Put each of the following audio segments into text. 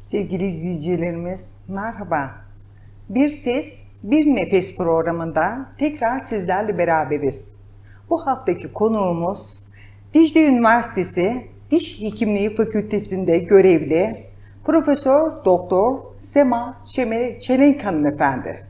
Sevgili izleyicilerimiz, merhaba. Bir Ses, Bir Nefes programında tekrar sizlerle beraberiz. Bu haftaki konuğumuz Dicle Üniversitesi Diş Hekimliği Fakültesi'nde görevli Profesör Doktor Sema Çelenk hanımefendi.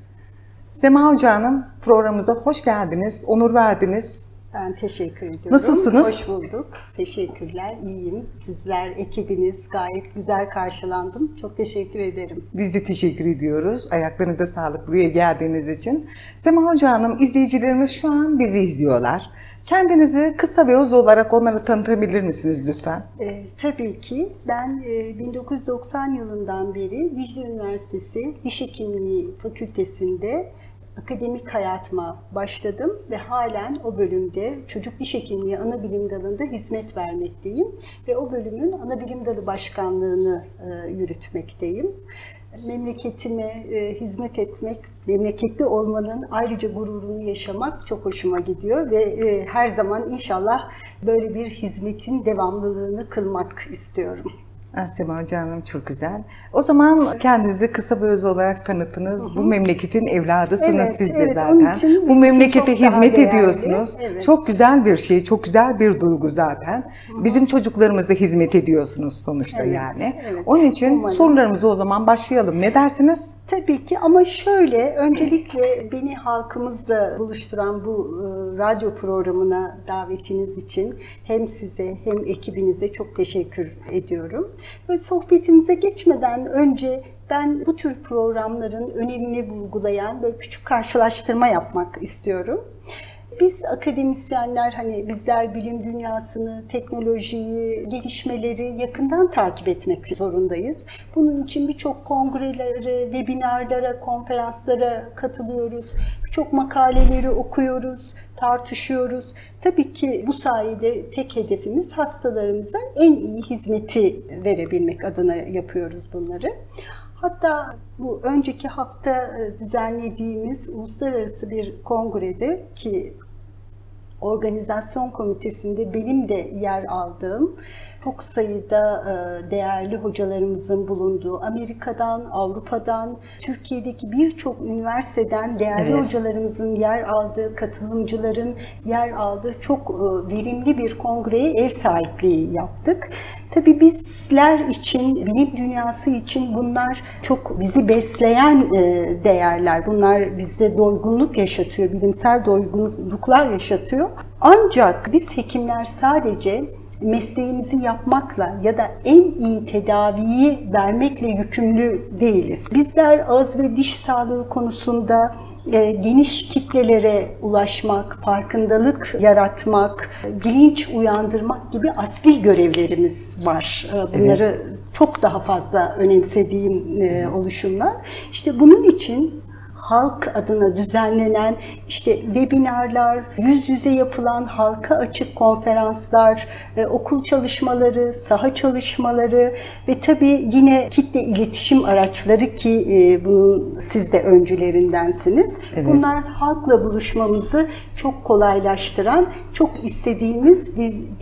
Sema Hoca Hanım, programımıza hoş geldiniz, onur verdiniz. Ben teşekkür ediyorum. Nasılsınız? Hoş bulduk. Teşekkürler. İyiyim. Sizler, ekibiniz gayet güzel karşılandım. Çok teşekkür ederim. Biz de teşekkür ediyoruz. Ayaklarınıza sağlık buraya geldiğiniz için. Sema Hoca Hanım, izleyicilerimiz şu an bizi izliyorlar. Kendinizi kısa ve öz olarak onları tanıtabilir misiniz lütfen? Tabii ki. Ben 1990 yılından beri Dicle Üniversitesi Diş Hekimliği Fakültesi'nde akademik hayatıma başladım ve halen o bölümde çocuk diş hekimliği ana bilim dalında hizmet vermekteyim ve o bölümün ana bilim dalı başkanlığını yürütmekteyim. Memleketime hizmet etmek, memleketli olmanın ayrıca gururunu yaşamak çok hoşuma gidiyor ve her zaman inşallah böyle bir hizmetin devamlılığını kılmak istiyorum. Sema Hoca Hanım, çok güzel. O zaman kendinizi kısa ve öz olarak tanıtınız. Bu memleketin evladısınız siz de zaten. Bu memlekete hizmet ediyorsunuz. Evet. Çok güzel bir şey, çok güzel bir duygu zaten. Bizim çocuklarımıza hizmet ediyorsunuz sonuçta yani. Evet. Onun için sorularımıza o zaman başlayalım. Ne dersiniz? Tabii ki, ama şöyle, öncelikle beni halkımızla buluşturan bu radyo programına davetiniz için hem size hem ekibinize çok teşekkür ediyorum. Ve sohbetimize geçmeden önce ben bu tür programların önemini vurgulayan böyle küçük karşılaştırma yapmak istiyorum. Biz akademisyenler, bizler bilim dünyasını, teknolojiyi, gelişmeleri yakından takip etmek zorundayız. Bunun için birçok kongrelere, webinarlara, konferanslara katılıyoruz. Birçok makaleleri okuyoruz, tartışıyoruz. Tabii ki bu sayede tek hedefimiz hastalarımıza en iyi hizmeti verebilmek adına yapıyoruz bunları. Hatta bu önceki hafta düzenlediğimiz uluslararası bir kongrede ki organizasyon komitesinde benim de yer aldığım çok sayıda değerli hocalarımızın bulunduğu, Amerika'dan, Avrupa'dan, Türkiye'deki birçok üniversiteden değerli hocalarımızın yer aldığı, katılımcıların yer aldığı çok verimli bir kongreye ev sahipliği yaptık. Tabii bizler için, bilim dünyası için bunlar çok bizi besleyen değerler. Bunlar bize doygunluk yaşatıyor, bilimsel doygunluklar yaşatıyor. Ancak biz hekimler sadece mesleğimizi yapmakla ya da en iyi tedaviyi vermekle yükümlü değiliz. Bizler ağız ve diş sağlığı konusunda geniş kitlelere ulaşmak, farkındalık yaratmak, bilinç uyandırmak gibi asli görevlerimiz var. Bunları çok daha fazla önemsediğim oluşumlar. İşte bunun için halk adına düzenlenen webinarlar, yüz yüze yapılan halka açık konferanslar, okul çalışmaları, saha çalışmaları ve tabii yine kitle iletişim araçları ki bunun siz de öncülerindensiniz. Bunlar halkla buluşmamızı çok kolaylaştıran, çok istediğimiz,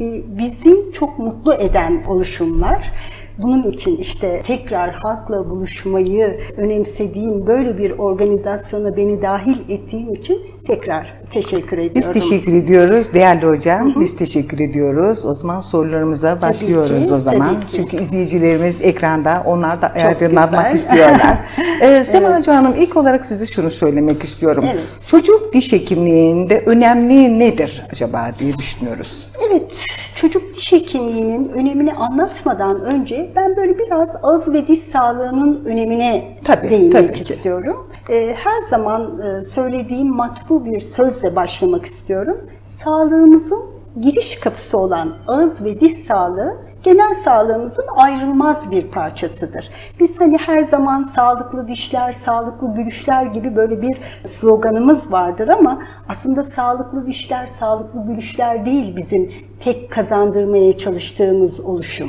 bizi çok mutlu eden oluşumlar. Bunun için tekrar halkla buluşmayı önemsediğim böyle bir organizasyona beni dahil ettiğim için tekrar teşekkür ediyorum. Biz teşekkür ediyoruz değerli hocam. Biz teşekkür ediyoruz. O zaman sorularımıza başlıyoruz o zaman. Çünkü izleyicilerimiz ekranda, onlar da aydınlanmak istiyorlar. Sema Hoca Hanım, ilk olarak size şunu söylemek istiyorum. Çocuk diş hekimliğinde önemli nedir acaba diye düşünüyoruz. Evet, çocuk diş hekimliğinin önemini anlatmadan önce ben böyle biraz ağız ve diş sağlığının önemine değinmek istiyorum. Her zaman söylediğim matbu bir sözle başlamak istiyorum. Sağlığımızın giriş kapısı olan ağız ve diş sağlığı genel sağlığımızın ayrılmaz bir parçasıdır. Biz her zaman sağlıklı dişler, sağlıklı gülüşler gibi böyle bir sloganımız vardır ama aslında sağlıklı dişler, sağlıklı gülüşler değil bizim tek kazandırmaya çalıştığımız oluşum.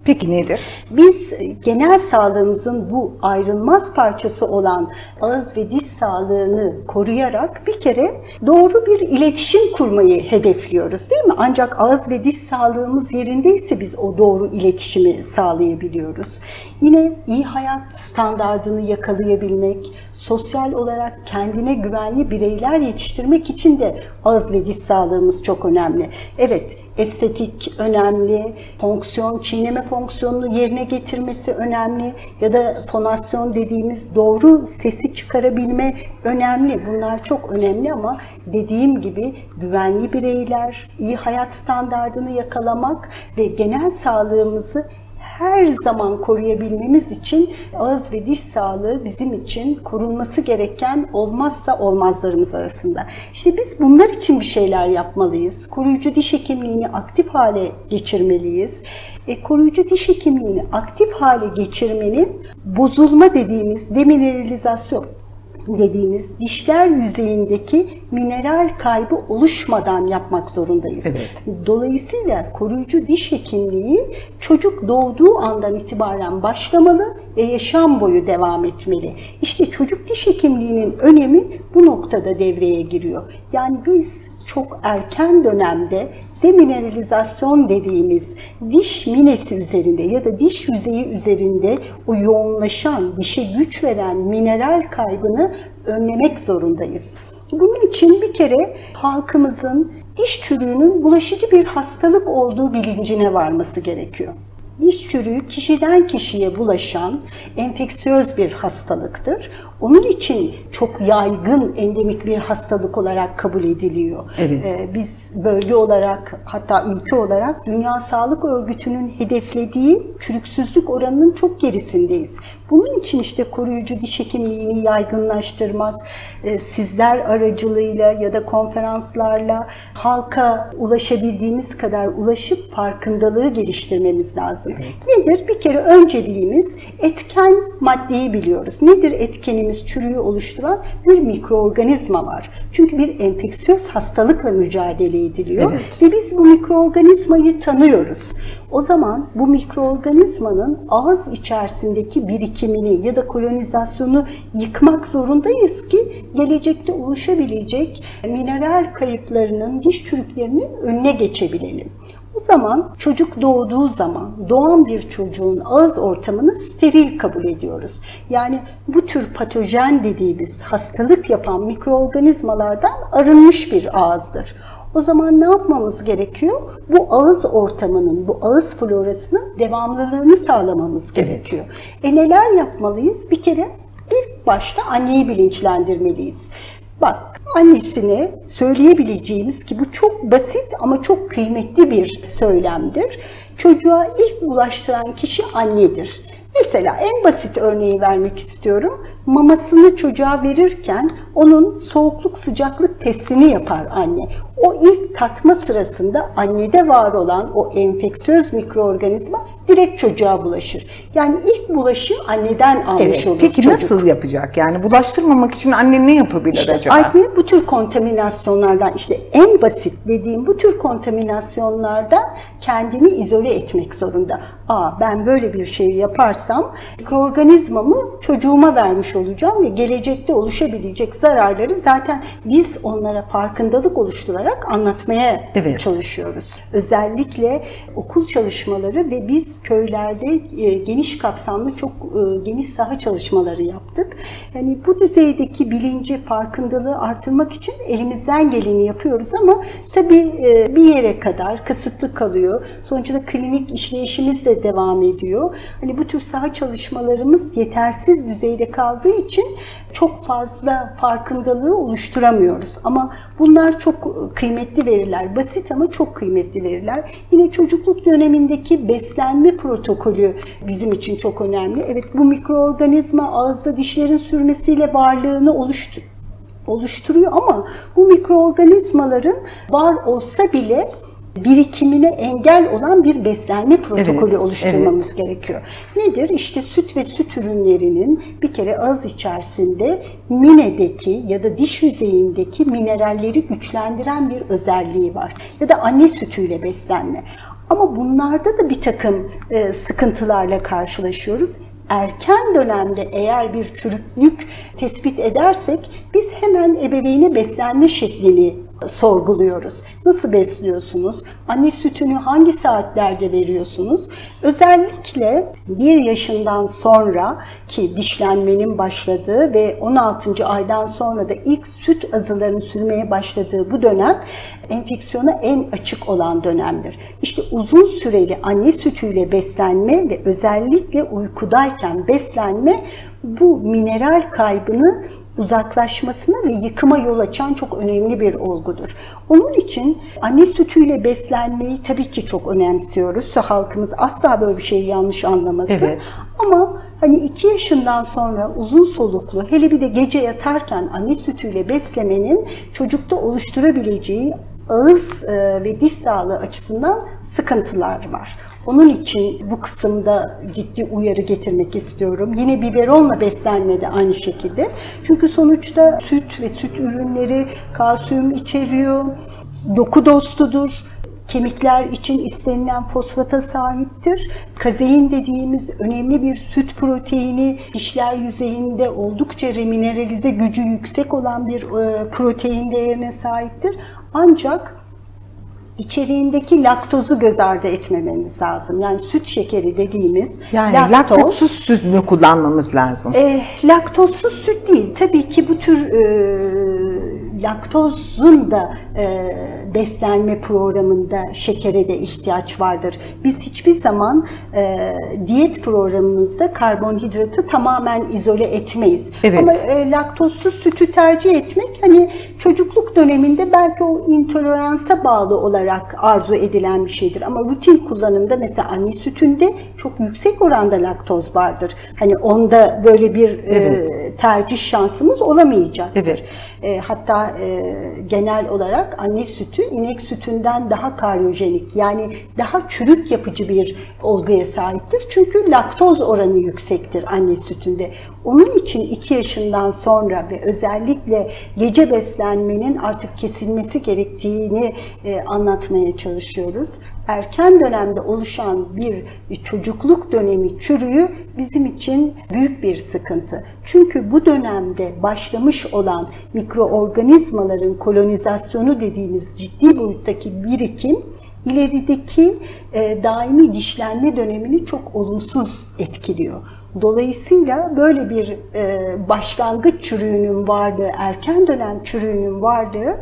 Peki nedir? Biz genel sağlığımızın bu ayrılmaz parçası olan ağız ve diş sağlığını koruyarak bir kere doğru bir iletişim kurmayı hedefliyoruz, değil mi? Ancak ağız ve diş sağlığımız yerindeyse biz o doğru iletişimi sağlayabiliyoruz. Yine iyi hayat standardını yakalayabilmek, sosyal olarak kendine güvenli bireyler yetiştirmek için de ağız ve diş sağlığımız çok önemli. Evet, estetik önemli, fonksiyon, çiğneme fonksiyonunu yerine getirmesi önemli ya da fonasyon dediğimiz doğru sesi çıkarabilme önemli. Bunlar çok önemli ama dediğim gibi güvenli bireyler, iyi hayat standardını yakalamak ve genel sağlığımızı her zaman koruyabilmemiz için ağız ve diş sağlığı bizim için korunması gereken olmazsa olmazlarımız arasında. İşte biz bunlar için bir şeyler yapmalıyız. Koruyucu diş hekimliğini aktif hale geçirmeliyiz. Koruyucu diş hekimliğini aktif hale geçirmenin bozulma dediğimiz demineralizasyon dediğimiz dişler yüzeyindeki mineral kaybı oluşmadan yapmak zorundayız. Evet. Dolayısıyla koruyucu diş hekimliği çocuk doğduğu andan itibaren başlamalı ve yaşam boyu devam etmeli. İşte çocuk diş hekimliğinin önemi bu noktada devreye giriyor. Yani biz çok erken dönemde demineralizasyon dediğimiz diş minesi üzerinde ya da diş yüzeyi üzerinde o yoğunlaşan, dişe güç veren mineral kaybını önlemek zorundayız. Bunun için bir kere halkımızın diş çürüğünün bulaşıcı bir hastalık olduğu bilincine varması gerekiyor. Diş çürüğü kişiden kişiye bulaşan enfeksiyöz bir hastalıktır. Onun için çok yaygın endemik bir hastalık olarak kabul ediliyor. Evet. Biz bölge olarak hatta ülke olarak Dünya Sağlık Örgütü'nün hedeflediği çürüksüzlük oranının çok gerisindeyiz. Bunun için işte koruyucu diş hekimliğini yaygınlaştırmak, sizler aracılığıyla ya da konferanslarla halka ulaşabildiğimiz kadar ulaşıp farkındalığı geliştirmemiz lazım. Evet. Nedir? Bir kere önceliğimiz etken maddeyi biliyoruz. Nedir etkenimiz? Çürüğü oluşturan bir mikroorganizma var. Çünkü bir enfeksiyöz hastalıkla mücadele ediliyor. Evet. Ve biz bu mikroorganizmayı tanıyoruz. O zaman bu mikroorganizmanın ağız içerisindeki birikimini ya da kolonizasyonu yıkmak zorundayız ki gelecekte oluşabilecek mineral kayıplarının, diş çürüklerinin önüne geçebilelim. O zaman çocuk doğduğu zaman doğan bir çocuğun ağız ortamını steril kabul ediyoruz. Yani bu tür patojen dediğimiz hastalık yapan mikroorganizmalardan arınmış bir ağızdır. O zaman ne yapmamız gerekiyor? Bu ağız ortamının, bu ağız florasının devamlılığını sağlamamız gerekiyor. Evet. Neler yapmalıyız? Bir kere ilk başta anneyi bilinçlendirmeliyiz. Bak, annesine söyleyebileceğimiz ki bu çok basit ama çok kıymetli bir söylemdir. Çocuğa ilk ulaştıran kişi annedir. Mesela en basit örneği vermek istiyorum. Mamasını çocuğa verirken onun soğukluk sıcaklık testini yapar anne. O ilk tatma sırasında annede var olan o enfeksiyöz mikroorganizma direkt çocuğa bulaşır. Yani ilk bulaşı anneden almış olur. Peki çocuk. Nasıl yapacak? Yani bulaştırmamak için anne ne yapabilir acaba? Anne bu tür kontaminasyonlardan, işte en basit dediğim bu tür kontaminasyonlardan kendini izole etmek zorunda. Ben böyle bir şey yaparsam mikroorganizmamı çocuğuma vermiş olacağım ve gelecekte oluşabilecek zararları zaten biz onlara farkındalık oluşturarak anlatmaya çalışıyoruz. Özellikle okul çalışmaları ve biz köylerde geniş kapsamlı çok geniş saha çalışmaları yaptık. Yani bu düzeydeki bilinci, farkındalığı artırmak için elimizden geleni yapıyoruz ama tabii bir yere kadar kısıtlı kalıyor. Sonuçta klinik işleyişimiz de devam ediyor. Hani bu tür saha çalışmalarımız yetersiz düzeyde kaldığı için çok fazla farkındalığı oluşturamıyoruz. Ama bunlar çok kıymetli veriler. Basit ama çok kıymetli veriler. Yine çocukluk dönemindeki beslenme protokolü bizim için çok önemli. Evet, bu mikroorganizma ağızda dişlerin sürmesiyle varlığını oluşturuyor ama bu mikroorganizmaların var olsa bile birikimine engel olan bir beslenme protokolü oluşturmamız gerekiyor. Nedir? İşte süt ve süt ürünlerinin bir kere ağız içerisinde minedeki ya da diş yüzeyindeki mineralleri güçlendiren bir özelliği var. Ya da anne sütüyle beslenme. Ama bunlarda da bir takım sıkıntılarla karşılaşıyoruz. Erken dönemde eğer bir çürüklük tespit edersek biz hemen ebeveyne beslenme şeklini sorguluyoruz. Nasıl besliyorsunuz? Anne sütünü hangi saatlerde veriyorsunuz? Özellikle 1 yaşından sonra ki dişlenmenin başladığı ve 16. aydan sonra da ilk süt azılarının sürmeye başladığı bu dönem enfeksiyona en açık olan dönemdir. İşte uzun süreli anne sütüyle beslenme ve özellikle uykudayken beslenme bu mineral kaybını uzaklaşmasına ve yıkıma yol açan çok önemli bir olgudur. Onun için anne sütüyle beslenmeyi tabii ki çok önemsiyoruz. Halkımız asla böyle bir şeyi yanlış anlamasın. Evet. Ama hani 2 yaşından sonra uzun soluklu, hele bir de gece yatarken anne sütüyle beslemenin çocukta oluşturabileceği ağız ve diş sağlığı açısından sıkıntılar var. Onun için bu kısımda ciddi uyarı getirmek istiyorum. Yine biberonla beslenme de aynı şekilde. Çünkü sonuçta süt ve süt ürünleri kalsiyum içeriyor, doku dostudur. Kemikler için istenilen fosfata sahiptir. Kazein dediğimiz önemli bir süt proteini, dişler yüzeyinde oldukça remineralize gücü yüksek olan bir protein değerine sahiptir. Ancak içeriğindeki laktozu göz ardı etmememiz lazım. Yani süt şekeri dediğimiz laktozsuz süt mü kullanmamız lazım? Laktozsuz süt değil. Tabii ki bu tür laktozun da beslenme programında şekere de ihtiyaç vardır. Biz hiçbir zaman diyet programımızda karbonhidratı tamamen izole etmeyiz. Evet. Ama laktozsuz sütü tercih etmek hani çocukluk döneminde belki o intoleransa bağlı olarak arzu edilen bir şeydir. Ama rutin kullanımda mesela anne sütünde çok yüksek oranda laktoz vardır. Hani onda böyle bir tercih şansımız olamayacaktır. Evet. Hatta genel olarak anne sütü inek sütünden daha karyojenik, yani daha çürük yapıcı bir olguya sahiptir. Çünkü laktoz oranı yüksektir anne sütünde. Onun için 2 yaşından sonra ve özellikle gece beslenmenin artık kesilmesi gerektiğini anlatmaya çalışıyoruz. Erken dönemde oluşan bir çocukluk dönemi çürüğü bizim için büyük bir sıkıntı. Çünkü bu dönemde başlamış olan mikroorganizmaların kolonizasyonu dediğimiz ciddi boyuttaki birikim, ilerideki daimi dişlenme dönemini çok olumsuz etkiliyor. Dolayısıyla böyle bir başlangıç çürüğünün varlığı, erken dönem çürüğünün varlığı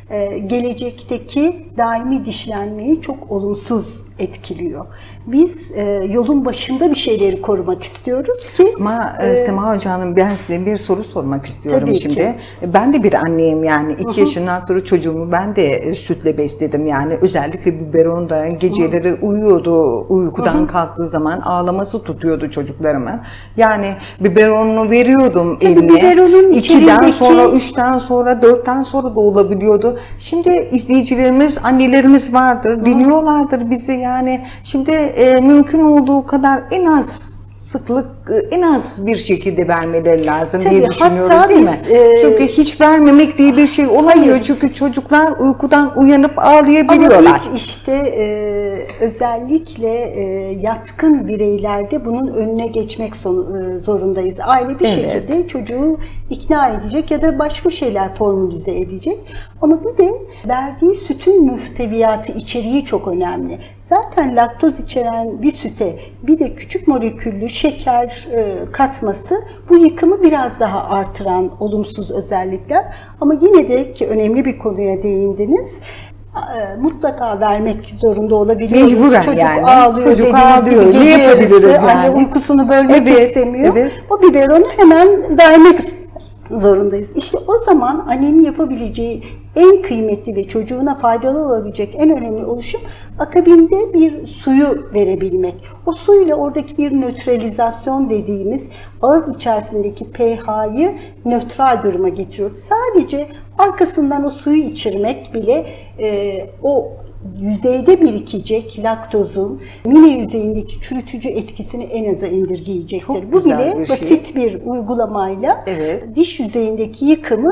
gelecekteki daimi dişlenmeyi çok olumsuz etkiliyor. Biz yolun başında bir şeyleri korumak istiyoruz ki... Ama Sema Hocam, ben size bir soru sormak istiyorum tabii şimdi. Ki. Ben de bir anneyim yani. 2 yaşından sonra çocuğumu ben de sütle besledim yani. Özellikle biberonda geceleri uyuyordu. Uykudan kalktığı zaman ağlaması tutuyordu çocuklarımı. Yani biberonunu veriyordum eline. 2'den sonra, 3'ten sonra, 4'ten sonra da olabiliyordu. Şimdi izleyicilerimiz, annelerimiz vardır, dinliyorlardır bizi yani. Şimdi mümkün olduğu kadar en az sıklık, en az bir şekilde vermeleri lazım diye düşünüyoruz, değil mi? Çünkü hiç vermemek diye bir şey olamıyor. Hayır. Çünkü çocuklar uykudan uyanıp ağlayabiliyorlar. Ama biz işte özellikle yatkın bireylerde bunun önüne geçmek zorundayız. Aile bir şekilde çocuğu ikna edecek ya da başka şeyler formülize edecek. Ama bir de verdiği sütün muhteviyatı, içeriği çok önemli. Zaten laktoz içeren bir süte bir de küçük moleküllü şeker katması bu yıkımı biraz daha artıran olumsuz özellikler. Ama yine de ki önemli bir konuya değindiniz. Mutlaka vermek zorunda olabiliyoruz. Mecburen çocuk yani. Ağlıyor, çocuk ağlıyor. Ne yapabiliriz yani? Anne uykusunu bölmek istemiyor. O biberonu hemen vermek zorundayız. İşte o zaman annenin yapabileceği en kıymetli ve çocuğuna faydalı olabilecek en önemli oluşum akabinde bir suyu verebilmek. O suyla oradaki bir nötralizasyon dediğimiz ağız içerisindeki pH'yı nötral duruma getiriyor. Sadece arkasından o suyu içirmek bile o yüzeyde birikecek laktozun mine yüzeyindeki çürütücü etkisini en aza indirgeyecektir. Bu bile basit bir uygulamayla diş yüzeyindeki yıkımı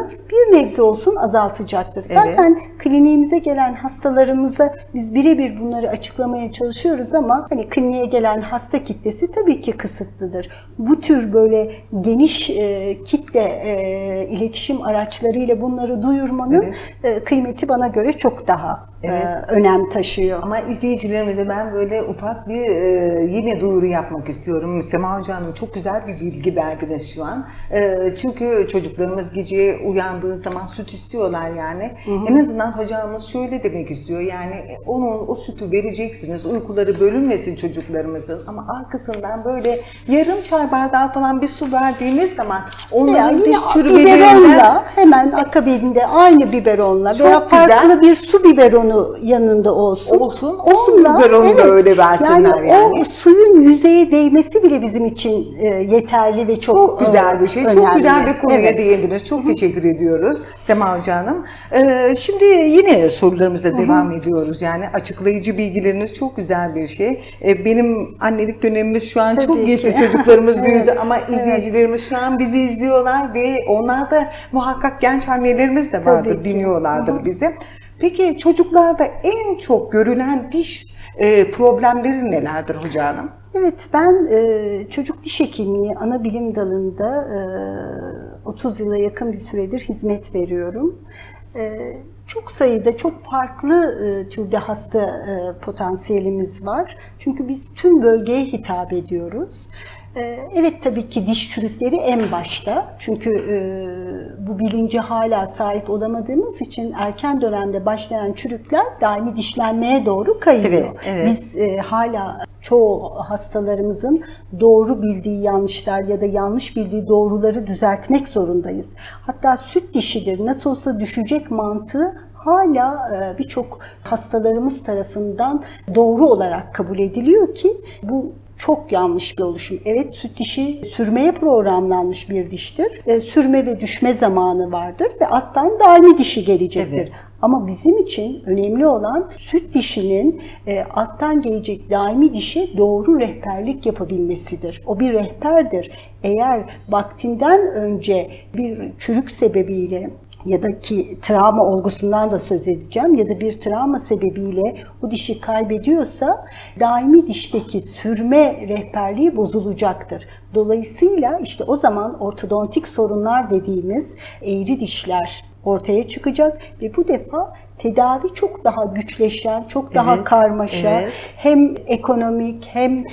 bir nebze olsun azaltacaktır. Zaten kliniğimize gelen hastalarımıza biz birebir bunları açıklamaya çalışıyoruz ama hani kliniğe gelen hasta kitlesi tabii ki kısıtlıdır. Bu tür böyle geniş kitle iletişim araçlarıyla bunları duyurmanın kıymeti bana göre çok daha önem taşıyor. Ama izleyicilerimize ben böyle ufak bir yine duyuru yapmak istiyorum. Sema Hoca Hanım çok güzel bir bilgi verdiniz şu an. Çünkü çocuklarımız gece uyandığı zaman süt istiyorlar yani. En azından hocamız şöyle demek istiyor yani o sütü vereceksiniz, uykuları bölünmesin çocuklarımızın ama arkasından böyle yarım çay bardağı falan bir su verdiğiniz zaman onların diş çürümelerinden hemen akabinde aynı biberonla veya farklı bir su biberonu yanında olsun. O su biberonu da öyle versinler yani. O suyun yüzeye değmesi bile bizim için yeterli ve çok güzel bir şey. Önemli. Çok güzel bir konuya değindiniz. Çok teşekkür ediyoruz Sema Hoca Hanım. Şimdi yine sorularımıza devam ediyoruz. Yani açıklayıcı bilgileriniz çok güzel bir şey. Benim annelik dönemimiz şu an çok geçti. Çocuklarımız büyüdü ama izleyicilerimiz şu an bizi izliyorlar ve onlar da muhakkak genç annelerimiz de vardır, dinliyorlardır bizi. Peki çocuklarda en çok görülen diş problemleri nelerdir Hoca Hanım? Evet, ben çocuk diş hekimliği ana bilim dalında 30 yıla yakın bir süredir hizmet veriyorum. Çok sayıda, çok farklı türde hasta potansiyelimiz var. Çünkü biz tüm bölgeye hitap ediyoruz. Evet, tabii ki diş çürükleri en başta. Çünkü bu bilince hala sahip olamadığımız için erken dönemde başlayan çürükler daimi dişlenmeye doğru kayıyor. Biz hala çoğu hastalarımızın doğru bildiği yanlışlar ya da yanlış bildiği doğruları düzeltmek zorundayız. Hatta süt dişidir, nasıl olsa düşecek mantığı hala birçok hastalarımız tarafından doğru olarak kabul ediliyor ki bu çok yanlış bir oluşum. Evet, süt dişi sürmeye programlanmış bir diştir. Sürme ve düşme zamanı vardır ve alttan daimi dişi gelecektir. Ama bizim için önemli olan süt dişinin alttan gelecek daimi dişe doğru rehberlik yapabilmesidir. O bir rehberdir. Eğer vaktinden önce bir çürük sebebiyle ya da ki travma olgusundan da söz edeceğim ya da bir travma sebebiyle o dişi kaybediyorsa daimi dişteki sürme rehberliği bozulacaktır. Dolayısıyla işte o zaman ortodontik sorunlar dediğimiz eğri dişler ortaya çıkacak ve bu defa tedavi çok daha güçleşen, çok daha karmaşa, hem ekonomik hem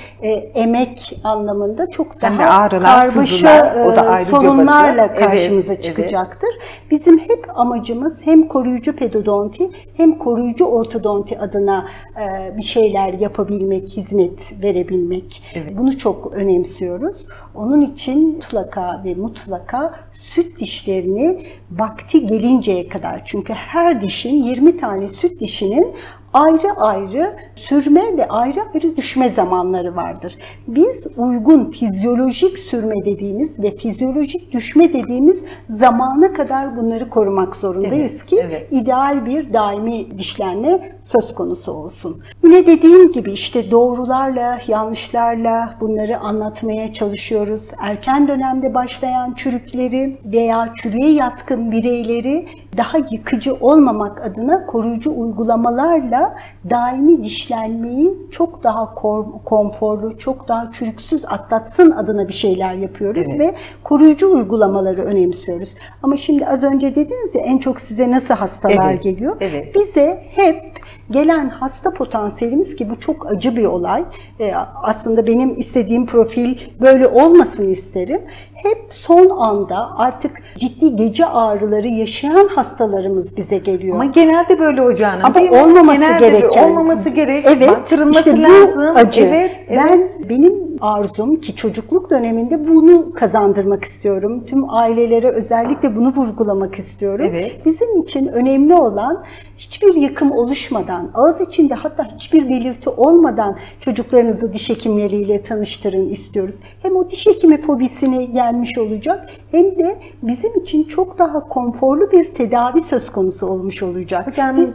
emek anlamında çok daha karmaşa sorunlarla karşımıza çıkacaktır. Bizim hep amacımız hem koruyucu pedodonti hem koruyucu ortodonti adına bir şeyler yapabilmek, hizmet verebilmek. Bunu çok önemsiyoruz. Onun için mutlaka ve mutlaka süt dişlerini vakti gelinceye kadar, çünkü her dişin 20 tane süt dişinin ayrı ayrı sürme ve ayrı ayrı düşme zamanları vardır. Biz uygun fizyolojik sürme dediğimiz ve fizyolojik düşme dediğimiz zamana kadar bunları korumak zorundayız ki ideal bir daimi dişlenme söz konusu olsun. Yine dediğim gibi işte doğrularla, yanlışlarla bunları anlatmaya çalışıyoruz. Erken dönemde başlayan çürükleri veya çürüğe yatkın bireyleri daha yıkıcı olmamak adına koruyucu uygulamalarla daimi dişlenmeyi çok daha konforlu, çok daha çürüksüz atlatsın adına bir şeyler yapıyoruz ve koruyucu uygulamaları önemsiyoruz. Ama şimdi az önce dediniz ya en çok size nasıl hastalar geliyor? Bize hep gelen hasta potansiyelimiz, ki bu çok acı bir olay. Aslında benim istediğim profil böyle olmasını isterim. Hep son anda artık ciddi gece ağrıları yaşayan hastalarımız bize geliyor. Ama genelde böyle hocam. Ama olmaması gerek. Baktırılması işte lazım. Acı. Benim arzum ki çocukluk döneminde bunu kazandırmak istiyorum. Tüm ailelere özellikle bunu vurgulamak istiyorum. Bizim için önemli olan hiçbir yıkım oluşmadan, ağız içinde hatta hiçbir belirti olmadan çocuklarınızı diş hekimleriyle tanıştırın istiyoruz. Hem o diş hekimi fobisini yenmiş olacak hem de bizim için çok daha konforlu bir tedavi söz konusu olmuş olacak. Hocam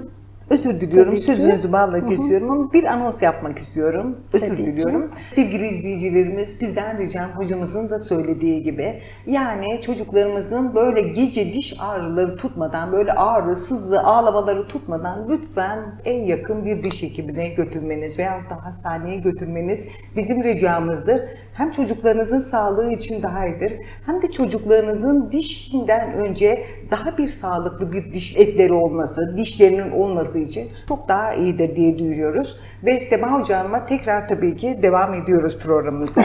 Özür diliyorum, sözünüzü balla kesiyorum ama bir anons yapmak istiyorum. Özür diliyorum. Sevgili izleyicilerimiz, sizden ricam hocamızın da söylediği gibi, yani çocuklarımızın böyle gece diş ağrıları tutmadan, böyle ağrı, sızı, ağlamaları tutmadan lütfen en yakın bir diş hekimine götürmeniz veyahut da hastaneye götürmeniz bizim ricamızdır. Hem çocuklarınızın sağlığı için daha iyidir, hem de çocuklarınızın dişinden önce daha bir sağlıklı bir diş etleri olması, dişlerinin olması için çok daha iyidir diye duyuyoruz. Ve Sema Hocam'la tekrar tabii ki devam ediyoruz programımıza.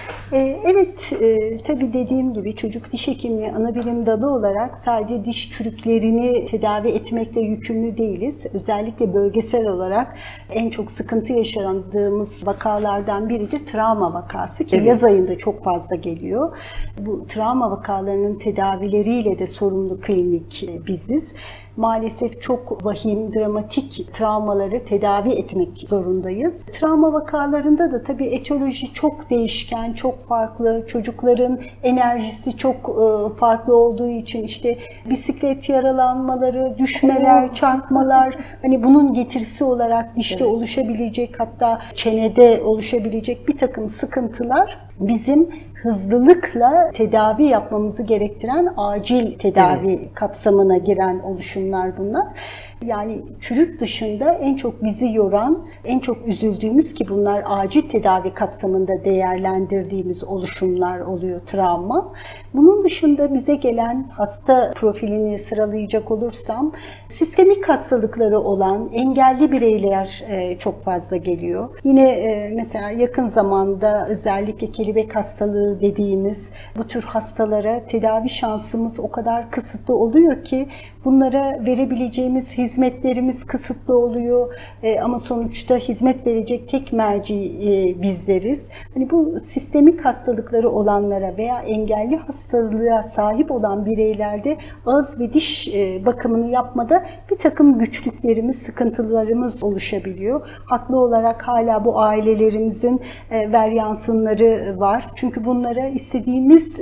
Evet, tabii dediğim gibi çocuk diş hekimliği anabilim dalı olarak sadece diş çürüklerini tedavi etmekle yükümlü değiliz. Özellikle bölgesel olarak en çok sıkıntı yaşadığımız vakalardan biri de travma vakası ki yaz ayında çok fazla geliyor. Bu travma vakalarının tedavileriyle de sorumlu klinik biziz. Maalesef çok vahim, dramatik travmaları tedavi etmek zorundayız. Travma vakalarında da tabii etiyoloji çok değişken, çok farklı. Çocukların enerjisi çok farklı olduğu için işte bisiklet yaralanmaları, düşmeler, çarpmalar, hani bunun getirisi olarak dişte oluşabilecek, hatta çenede oluşabilecek bir takım sıkıntılar bizim hızlılıkla tedavi yapmamızı gerektiren acil tedavi kapsamına giren oluşumlar bunlar. Yani çürük dışında en çok bizi yoran, en çok üzüldüğümüz ki bunlar acil tedavi kapsamında değerlendirdiğimiz oluşumlar oluyor travma. Bunun dışında bize gelen hasta profilini sıralayacak olursam, sistemik hastalıkları olan engelli bireyler çok fazla geliyor. Yine mesela yakın zamanda özellikle kelebek hastalığı dediğimiz bu tür hastalara tedavi şansımız o kadar kısıtlı oluyor ki bunlara verebileceğimiz hizmetlerimiz kısıtlı oluyor ama sonuçta hizmet verecek tek merci bizleriz. Hani bu sistemik hastalıkları olanlara veya engelli hastalığa sahip olan bireylerde ağız ve diş bakımını yapmada bir takım güçlüklerimiz, sıkıntılarımız oluşabiliyor. Haklı olarak hala bu ailelerimizin varyansınları var. Çünkü bunlara istediğimiz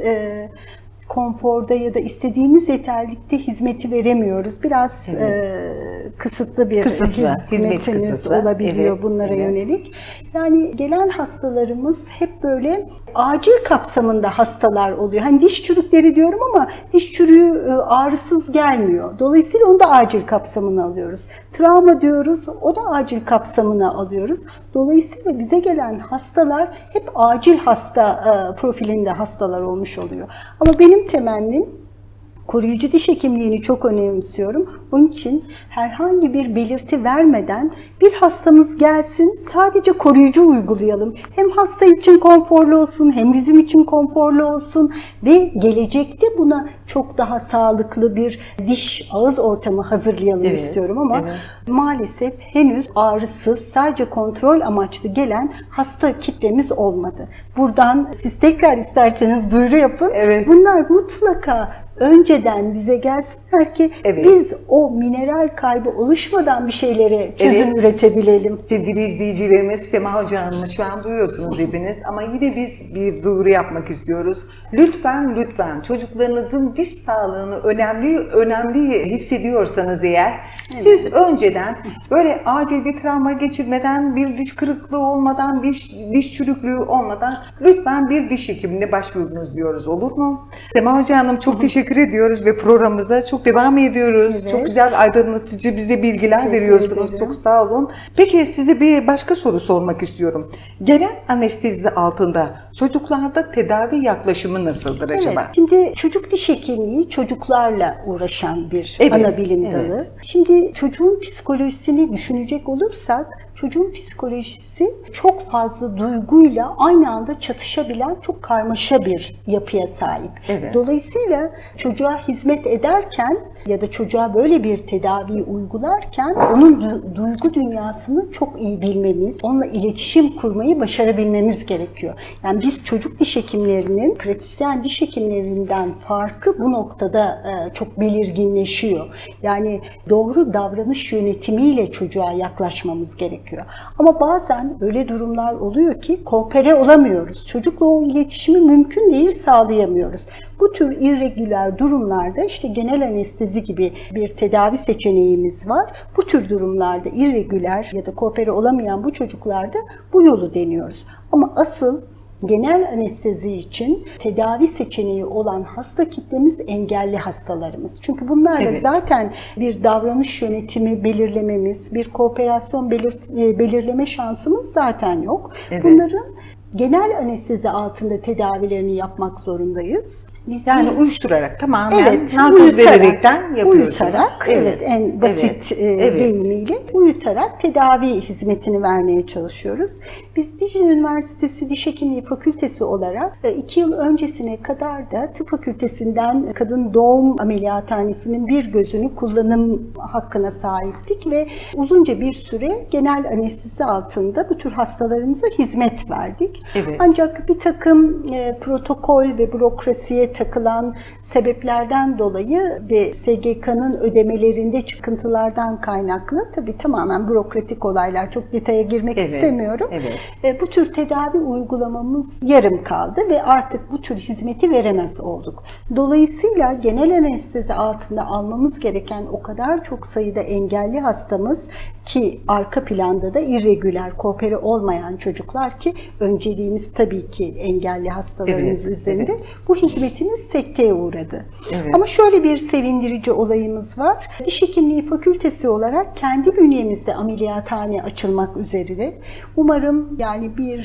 konforda ya da istediğimiz yeterlikte hizmeti veremiyoruz. Biraz kısıtlı bir hizmetiniz olabiliyor bunlara yönelik. Yani gelen hastalarımız hep böyle acil kapsamında hastalar oluyor. Hani diş çürükleri diyorum ama diş çürüğü ağrısız gelmiyor. Dolayısıyla onu da acil kapsamına alıyoruz. Travma diyoruz, o da acil kapsamına alıyoruz. Dolayısıyla bize gelen hastalar hep acil hasta profilinde hastalar olmuş oluyor. Ama benim temennim, koruyucu diş hekimliğini çok önemsiyorum. Onun için herhangi bir belirti vermeden bir hastamız gelsin, sadece koruyucu uygulayalım. Hem hasta için konforlu olsun, hem bizim için konforlu olsun ve gelecekte buna çok daha sağlıklı bir diş ağız ortamı hazırlayalım istiyorum ama maalesef henüz ağrısız, sadece kontrol amaçlı gelen hasta kitlemiz olmadı. Buradan siz tekrar isterseniz duyuru yapın. Bunlar mutlaka önceden bize gelsinler ki biz o mineral kaybı oluşmadan bir şeylere çözüm üretebilelim. Sevgili izleyicilerimiz, Sema Hoca'nı şu an duyuyorsunuz hepiniz ama yine biz bir duyuru yapmak istiyoruz. Lütfen çocuklarınızın diş sağlığını önemli hissediyorsanız eğer siz önceden böyle acil bir travma geçirmeden, bir diş kırıklığı olmadan, bir diş çürüklüğü olmadan lütfen bir diş hekimine başvurunuz diyoruz, olur mu? Sema Hoca Hanım çok teşekkür ediyoruz ve programımıza çok devam ediyoruz. Çok güzel aydınlatıcı bize bilgiler veriyorsunuz. Çok sağ olun. Peki size bir başka soru sormak istiyorum. Genel anestezi altında çocuklarda tedavi yaklaşımı nasıldır acaba? Şimdi çocuk diş hekimliği çocuklarla uğraşan bir ana bilim dalı. Şimdi çocuğun psikolojisini düşünecek olursak, çocuğun psikolojisi çok fazla duyguyla aynı anda çatışabilen çok karmaşa bir yapıya sahip. Dolayısıyla çocuğa hizmet ederken ya da çocuğa böyle bir tedaviyi uygularken onun duygu dünyasını çok iyi bilmemiz, onunla iletişim kurmayı başarabilmemiz gerekiyor. Yani biz çocuk diş hekimlerinin pratisyen diş hekimlerinden farkı bu noktada çok belirginleşiyor. Yani doğru davranış yönetimiyle çocuğa yaklaşmamız gerekiyor. gerekiyor. Ama bazen öyle durumlar oluyor ki koopere olamıyoruz. Çocukla o iletişimi mümkün değil, sağlayamıyoruz. Bu tür irregüler durumlarda işte genel anestezi gibi bir tedavi seçeneğimiz var. Bu tür durumlarda irregüler ya da koopere olamayan bu çocuklarda bu yolu deniyoruz. Ama asıl genel anestezi için tedavi seçeneği olan hasta kitlemiz engelli hastalarımız. Çünkü bunlarla zaten bir davranış yönetimi belirlememiz, bir kooperasyon belirleme şansımız zaten yok. Bunların genel anestezi altında tedavilerini yapmak zorundayız. Yani uyuşturarak tamamen narkoz vererekten yapıyorsunuz. Uyutarak, en basit deyimiyle uyutarak tedavi hizmetini vermeye çalışıyoruz. Biz Dicle Üniversitesi Diş Hekimliği Fakültesi olarak 2 yıl öncesine kadar da tıp fakültesinden kadın doğum ameliyathanesinin bir gözünü kullanım hakkına sahiptik ve uzunca bir süre genel anestezi altında bu tür hastalarımıza hizmet verdik. Ancak bir takım protokol ve bürokrasiye takılan sebeplerden dolayı ve SGK'nın ödemelerinde çıkıntılardan kaynaklı, tabii tamamen bürokratik olaylar, çok detaya girmek istemiyorum. Bu tür tedavi uygulamamız yarım kaldı ve artık bu tür hizmeti veremez olduk. Dolayısıyla genel anestezi altında almamız gereken o kadar çok sayıda engelli hastamız ki arka planda da irregüler, koopere olmayan çocuklar ki önceliğimiz tabii ki engelli hastalarımız üzerinde. Bu hizmetimiz sekteye uğradı. Ama şöyle bir sevindirici olayımız var. Diş Hekimliği Fakültesi olarak kendi bünyemizde ameliyathane açılmak üzere. Umarım yani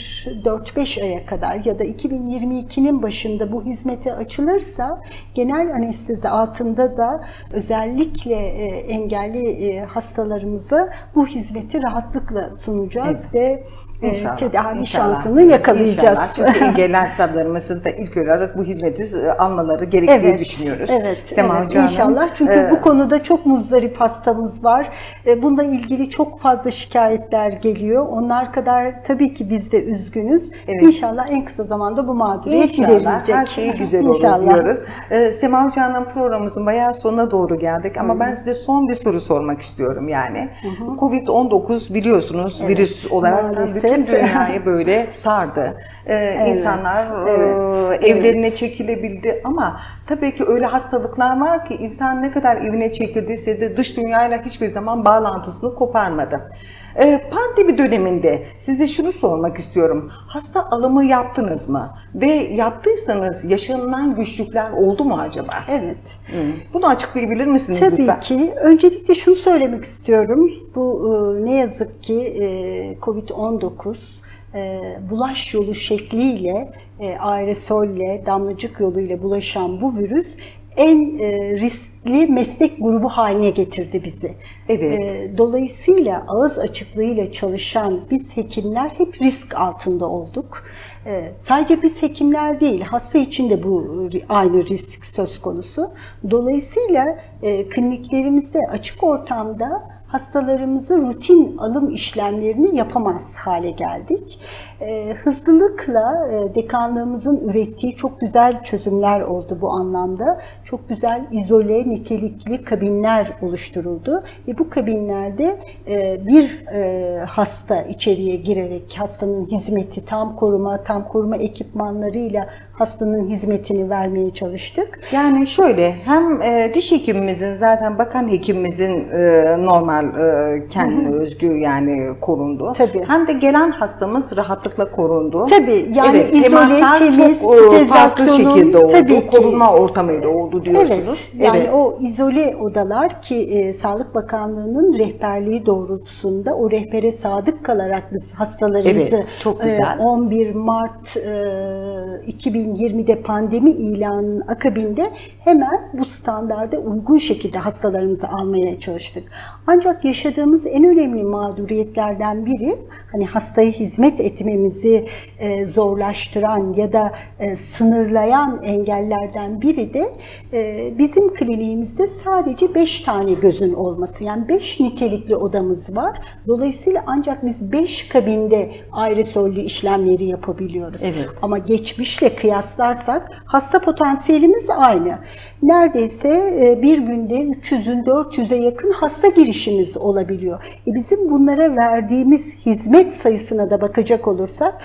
4-5 aya kadar ya da 2022'nin başında bu hizmete açılırsa genel anestezi altında da özellikle engelli hastalarımıza bu hizmeti rahatlıkla sunacağız ve tedavi şansını yakalayacağız. İnşallah. Çünkü engelli hastalarımızın da ilk olarak bu hizmeti almaları gerektiği düşünüyoruz. İnşallah. Çünkü bu konuda çok muzdarip hastamız var. Bununla ilgili çok fazla şikayetler geliyor. Onlar kadar tabii ki biz de üzgünüz. İnşallah en kısa zamanda bu mağduriyet giderilecek. Her şey güzel olur diyoruz. Sema Hoca'nın programımızın bayağı sonuna doğru geldik ama ben size son bir soru sormak istiyorum yani. Covid-19 biliyorsunuz virüs olarak bütün dünyayı böyle sardı. İnsanlar evlerine çekilebildi ama tabii ki öyle hastalıklar var ki insan ne kadar evine çekildiyse de dış dünyayla hiçbir zaman bağlantısını koparmadı. Pandemi döneminde size şunu sormak istiyorum. Hasta alımı yaptınız mı? Ve yaptıysanız yaşanılan güçlükler oldu mu acaba? Bunu açıklayabilir misiniz lütfen? Tabii ki. Öncelikle şunu söylemek istiyorum. Bu ne yazık ki Covid-19 bulaş yolu şekliyle, aerosolle, damlacık yoluyla bulaşan bu virüs en riskli meslek grubu haline getirdi bizi. Dolayısıyla ağız açıklığıyla çalışan biz hekimler hep risk altında olduk. Sadece biz hekimler değil, hasta için de bu aynı risk söz konusu. Dolayısıyla kliniklerimizde açık ortamda hastalarımızı rutin alım işlemlerini yapamaz hale geldik. Hızlılıkla dekanlığımızın ürettiği çok güzel çözümler oldu bu anlamda. Çok güzel izole, nitelikli kabinler oluşturuldu. Ve bu kabinlerde bir hasta içeriye girerek hastanın hizmeti, tam koruma ekipmanlarıyla hastanın hizmetini vermeye çalıştık. Yani şöyle, hem diş hekimimizin, zaten bakan hekimimizin normal kendine özgü yani korundu. Hem de gelen hastamız rahatlıkla korundu. Yani izole, temiz, çok farklı şekilde oldu. Korunma ortamıyla oldu diyorsunuz. Yani o izole odalar ki Sağlık Bakanlığı'nın rehberliği doğrultusunda o rehbere sadık kalarak biz hastalarımızı çok güzel. 11 Mart 2020'de pandemi ilanının akabinde hemen bu standarda uygun şekilde hastalarımızı almaya çalıştık. Ancak yaşadığımız en önemli mağduriyetlerden biri, hani hastaya hizmet etme vermemizi zorlaştıran ya da sınırlayan engellerden biri de bizim kliniğimizde sadece 5 tane gözün olması. Yani 5 nitelikli odamız var. Dolayısıyla ancak biz 5 kabinde aerosollü işlemleri yapabiliyoruz. Evet. Ama geçmişle kıyaslarsak hasta potansiyelimiz aynı. Neredeyse bir günde 300'ün 400'e yakın hasta girişimiz olabiliyor. Bizim bunlara verdiğimiz hizmet sayısına da bakacak olursak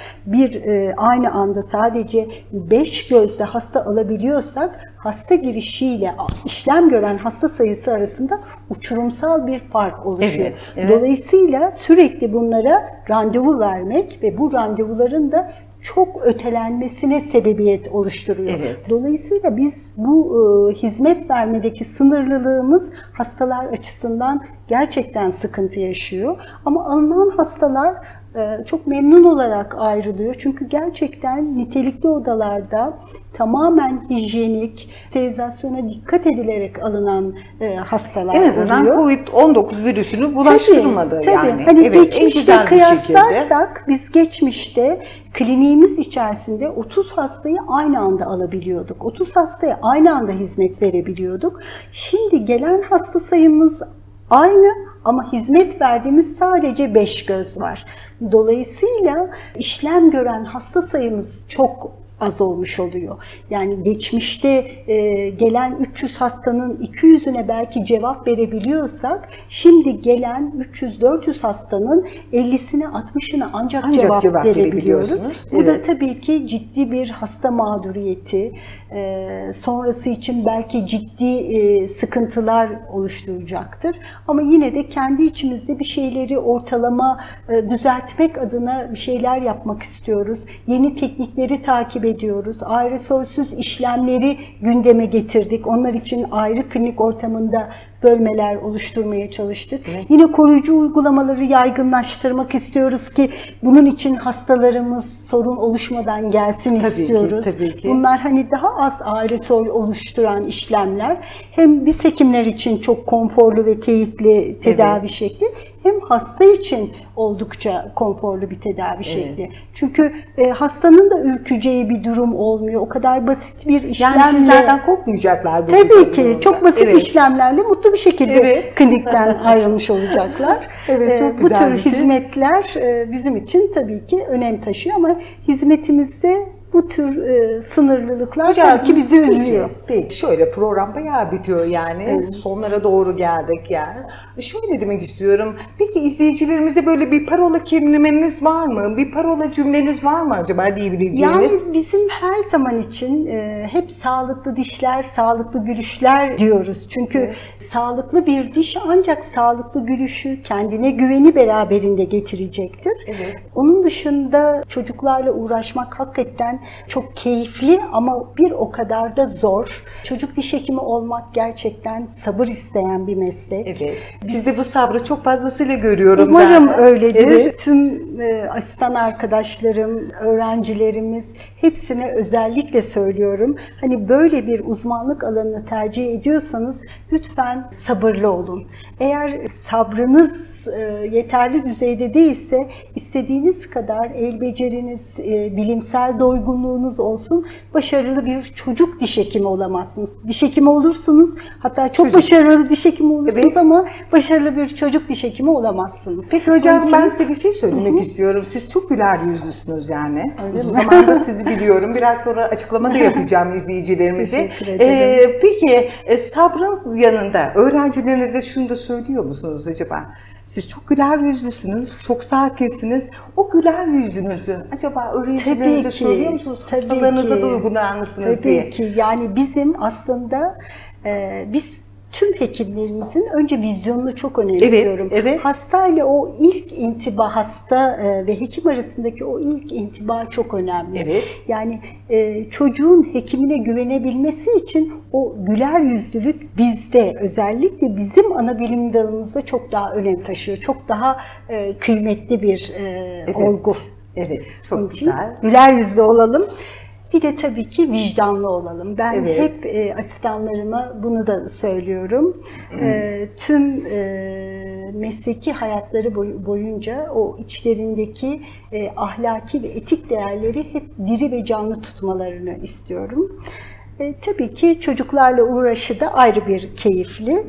aynı anda sadece 5 gözle hasta alabiliyorsak hasta girişiyle işlem gören hasta sayısı arasında uçurumsal bir fark oluşuyor. Evet, evet. Dolayısıyla sürekli bunlara randevu vermek ve bu randevuların da çok ötelenmesine sebebiyet oluşturuyor. Evet. Dolayısıyla biz bu hizmet vermedeki sınırlılığımız hastalar açısından gerçekten sıkıntı yaşıyor. Ama alınan hastalar çok memnun olarak ayrılıyor. Çünkü gerçekten nitelikli odalarda tamamen hijyenik, sterilizasyona dikkat edilerek alınan hastalar oluyor. En azından COVID-19 virüsünü bulaştırmadı tabii. yani. Hani evet, geçmişte kıyaslarsak biz geçmişte kliniğimiz içerisinde 30 hastayı aynı anda alabiliyorduk. 30 hastaya aynı anda hizmet verebiliyorduk. Şimdi gelen hasta sayımız aynı ama hizmet verdiğimiz sadece 5 göz var. Dolayısıyla işlem gören hasta sayımız çok az olmuş oluyor. Yani geçmişte gelen 300 hastanın 200'üne belki cevap verebiliyorsak şimdi gelen 300-400 hastanın 50'sine 60'ına ancak cevap verebiliyoruz. Bu da tabii ki ciddi bir hasta mağduriyeti, sonrası için belki ciddi sıkıntılar oluşturacaktır. Ama yine de kendi içimizde bir şeyleri ortalama düzeltmek adına bir şeyler yapmak istiyoruz. Yeni teknikleri takip ediyoruz. Aerosolsüz işlemleri gündeme getirdik. Onlar için ayrı klinik ortamında bölmeler oluşturmaya çalıştık. Evet. Yine koruyucu uygulamaları yaygınlaştırmak istiyoruz ki bunun için hastalarımız sorun oluşmadan gelsin istiyoruz. Tabii ki. Bunlar hani daha az aerosol oluşturan işlemler. Hem biz hekimler için çok konforlu ve keyifli tedavi şekli, hem hasta için oldukça konforlu bir tedavi şekli. Çünkü hastanın da ürkeceği bir durum olmuyor. O kadar basit bir işlemle... Yani sizlerden korkmayacaklar. Tabii ki. Çok basit işlemlerle mutlu bir şekilde klinikten ayrılmış olacaklar. Çok bu tür hizmetler bizim için tabii ki önem taşıyor ama hizmetimizde bu tür sınırlılıklar belki bizi üzüyor. Peki şöyle, program bayağı bitiyor yani. Evet. Sonlara doğru geldik yani. Şöyle demek istiyorum. Peki izleyicilerimize böyle bir parola kelimeniz var mı? Bir parola cümleniz var mı acaba diyebileceğiniz? Yani bizim her zaman için hep sağlıklı dişler, sağlıklı gülüşler diyoruz. Çünkü sağlıklı bir diş ancak sağlıklı gülüşü, kendine güveni beraberinde getirecektir. Evet. Onun dışında çocuklarla uğraşmak hakikaten çok keyifli ama bir o kadar da zor. Çocuk diş hekimi olmak gerçekten sabır isteyen bir meslek. Evet. Siz de bu sabrı çok fazlasıyla görüyorum Umarım zaten. öyledir. Evet. Tüm asistan arkadaşlarım, öğrencilerimiz hepsine özellikle söylüyorum. Hani böyle bir uzmanlık alanını tercih ediyorsanız lütfen sabırlı olun. Eğer sabrınız yeterli düzeyde değilse istediğiniz kadar el beceriniz, bilimsel doygunluğunuz olsun, başarılı bir çocuk diş hekimi olamazsınız. Diş hekimi olursunuz, hatta çok başarılı diş hekimi olursunuz ama başarılı bir çocuk diş hekimi olamazsınız. Peki hocam, ben size bir şey söylemek istiyorum. Siz çok güler yüzlüsünüz yani. Uzun zamandır sizi biliyorum. Biraz sonra açıklama da yapacağım izleyicilerimize. Peki sabrın yanında öğrencilerinize şunu da söylüyor musunuz acaba? Siz çok güler yüzlüsünüz, çok sakinsiniz. O güler yüzünüzü acaba öğrencilerinize söylüyor musunuz? Hastalarınıza da uygular mısınız diye? Tabii ki. Yani bizim aslında biz tüm hekimlerimizin önce vizyonunu çok önemsiyorum. Evet. Hastayla o ilk intiba, hasta ve hekim arasındaki o ilk intiba çok önemli. Evet. Yani çocuğun hekimine güvenebilmesi için o güler yüzlülük bizde, özellikle bizim ana bilim dalımızda çok daha önem taşıyor. Çok daha kıymetli bir olgu. Evet, çok güzel. Güler yüzlü olalım. Bir de tabii ki vicdanlı olalım. Ben hep asistanlarıma bunu da söylüyorum. Tüm mesleki hayatları boyunca o içlerindeki ahlaki ve etik değerleri hep diri ve canlı tutmalarını istiyorum. Tabii ki çocuklarla uğraşı da ayrı bir keyifli.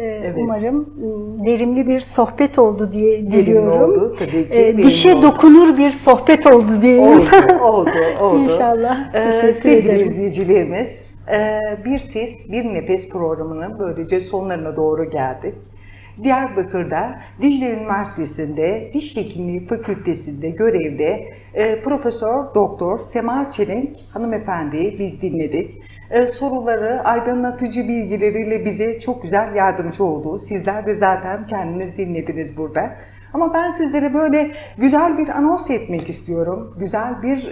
Umarım verimli bir sohbet oldu diye diliyorum. Oldu, tabii ki. Dişe dokunur bir sohbet oldu diyeyim. Oldu. İnşallah. Sevgili izleyicilerimiz, Bir Ses Bir Nefes programının böylece sonlarına doğru geldik. Diyarbakır'da Dicle Üniversitesi'nde Diş Hekimliği Fakültesi'nde görevde Profesör Doktor Sema Çelenk hanımefendiyi biz dinledik. Soruları, aydınlatıcı bilgileriyle bize çok güzel yardımcı oldu. Sizler de zaten kendiniz dinlediniz burada. Ama ben sizlere böyle güzel bir anons etmek istiyorum. Güzel bir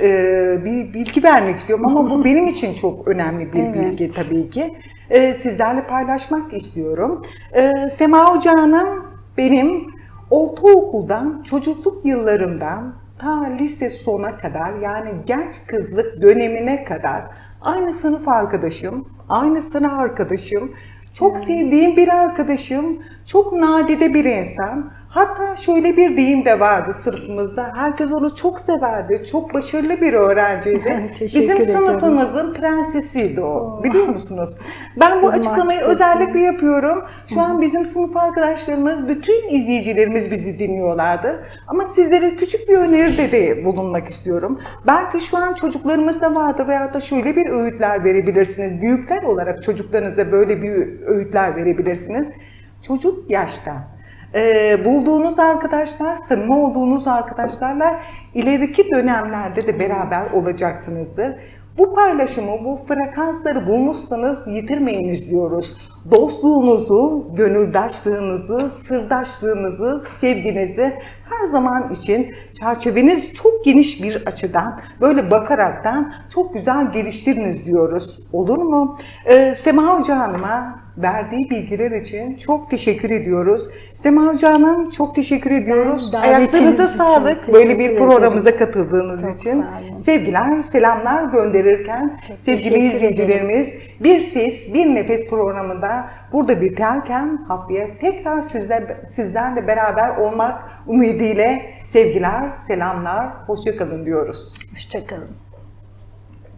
bilgi vermek istiyorum ama bu benim için çok önemli bir bilgi tabii ki. Sizlerle paylaşmak istiyorum. Sema Hoca Hanım benim ortaokuldan, çocukluk yıllarımdan ta lise sona kadar, yani genç kızlık dönemine kadar aynı sınıf arkadaşım, aynı sıra arkadaşım, çok sevdiğim bir arkadaşım, çok nadide bir insan. Hatta şöyle bir deyim de vardı sınıfımızda. Herkes onu çok severdi. Çok başarılı bir öğrenciydi. Bizim sınıfımızın prensesiydi o. Biliyor musunuz? Ben bu açıklamayı özellikle yapıyorum. Şu an bizim sınıf arkadaşlarımız, bütün izleyicilerimiz bizi dinliyorlardı. Ama sizlere küçük bir öneride de bulunmak istiyorum. Belki şu an çocuklarımız da vardır veyahut da şöyle bir öğütler verebilirsiniz. Büyükler olarak çocuklarınıza böyle bir öğütler verebilirsiniz. Çocuk yaşta bulduğunuz arkadaşlar, samimi olduğunuz arkadaşlarla ileriki dönemlerde de beraber olacaksınızdır. Bu paylaşımı, bu frekansları bulmuşsanız yitirmeyiniz diyoruz. Dostluğunuzu, gönüldaşlığınızı, sırdaşlığınızı, sevginizi her zaman için çerçeveniz çok geniş bir açıdan böyle bakaraktan çok güzel geliştiriniz diyoruz. Olur mu? Sema Hoca Hanım'a verdiği bilgiler için çok teşekkür ediyoruz. Sema Hoca Hanım çok teşekkür ediyoruz. Ayaklarınıza sağlık böyle bir programımıza katıldığınız için. Sevgiler, selamlar gönderirken sevgili izleyicilerimiz Bir Ses Bir Nefes programında burada biterken haftaya tekrar sizlerle beraber olmak ümidiyle sevgiler, selamlar, hoşça kalın diyoruz. Hoşça kalın.